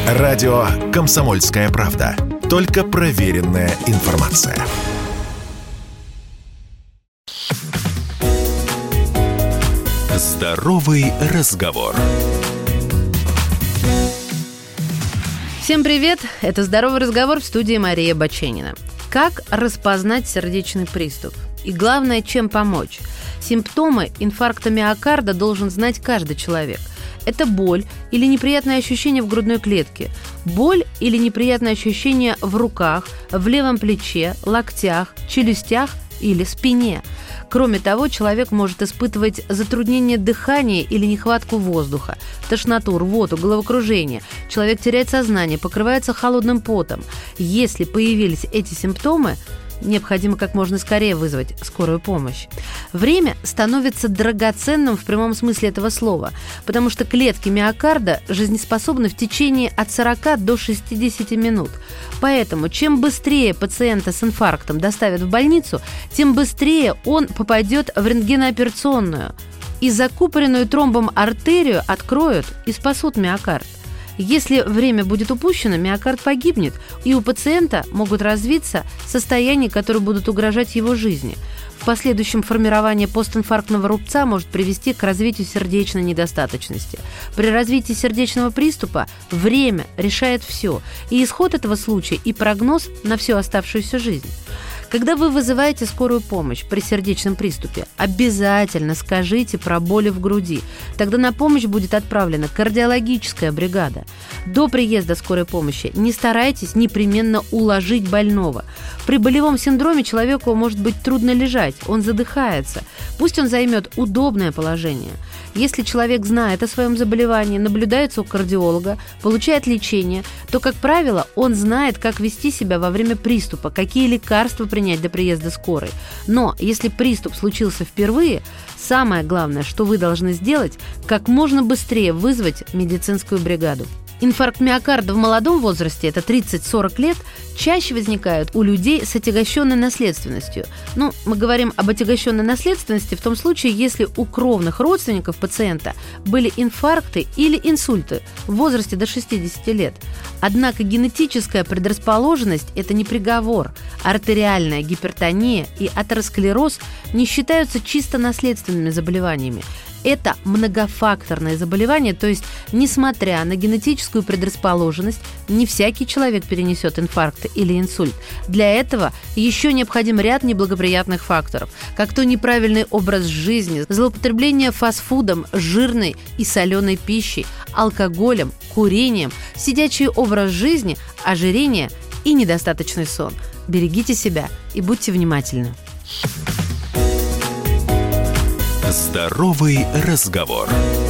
Радио «Комсомольская правда». Только проверенная информация. Здоровый разговор. Всем привет! Это «Здоровый разговор», в студии Мария Баченина. Как распознать сердечный приступ? И главное, чем помочь? Симптомы инфаркта миокарда должен знать каждый человек. Это боль или неприятное ощущение в грудной клетке, боль или неприятное ощущение в руках, в левом плече, локтях, челюстях или спине. Кроме того, человек может испытывать затруднение дыхания или нехватку воздуха, тошноту, рвоту, головокружение. Человек теряет сознание, покрывается холодным потом. Если появились эти симптомы, необходимо как можно скорее вызвать скорую помощь. Время становится драгоценным в прямом смысле этого слова, потому что клетки миокарда жизнеспособны в течение от 40 до 60 минут. Поэтому чем быстрее пациента с инфарктом доставят в больницу, тем быстрее он попадет в рентгенооперационную. И закупоренную тромбом артерию откроют и спасут миокард. Если время будет упущено, миокард погибнет, и у пациента могут развиться состояния, которые будут угрожать его жизни. В последующем формирование постинфарктного рубца может привести к развитию сердечной недостаточности. При развитии сердечного приступа время решает все, и исход этого случая, и прогноз на всю оставшуюся жизнь. Когда вы вызываете скорую помощь при сердечном приступе, обязательно скажите про боли в груди. Тогда на помощь будет отправлена кардиологическая бригада. До приезда скорой помощи не старайтесь непременно уложить больного. При болевом синдроме человеку может быть трудно лежать, он задыхается. Пусть он займет удобное положение. Если человек знает о своем заболевании, наблюдается у кардиолога, получает лечение, то, как правило, он знает, как вести себя во время приступа, какие лекарства принять до приезда скорой. Но если приступ случился впервые, самое главное, что вы должны сделать, как можно быстрее вызвать медицинскую бригаду. Инфаркт миокарда в молодом возрасте, это 30-40 лет, чаще возникают у людей с отягощенной наследственностью. Мы говорим об отягощенной наследственности в том случае, если у кровных родственников пациента были инфаркты или инсульты в возрасте до 60 лет. Однако генетическая предрасположенность – это не приговор. Артериальная гипертония и атеросклероз не считаются чисто наследственными заболеваниями. Это многофакторное заболевание, то есть, несмотря на генетическую предрасположенность, не всякий человек перенесет инфаркт или инсульт. Для этого еще необходим ряд неблагоприятных факторов, как то неправильный образ жизни, злоупотребление фастфудом, жирной и соленой пищей, алкоголем, курением, сидячий образ жизни, ожирение и недостаточный сон. Берегите себя и будьте внимательны. Здоровый разговор.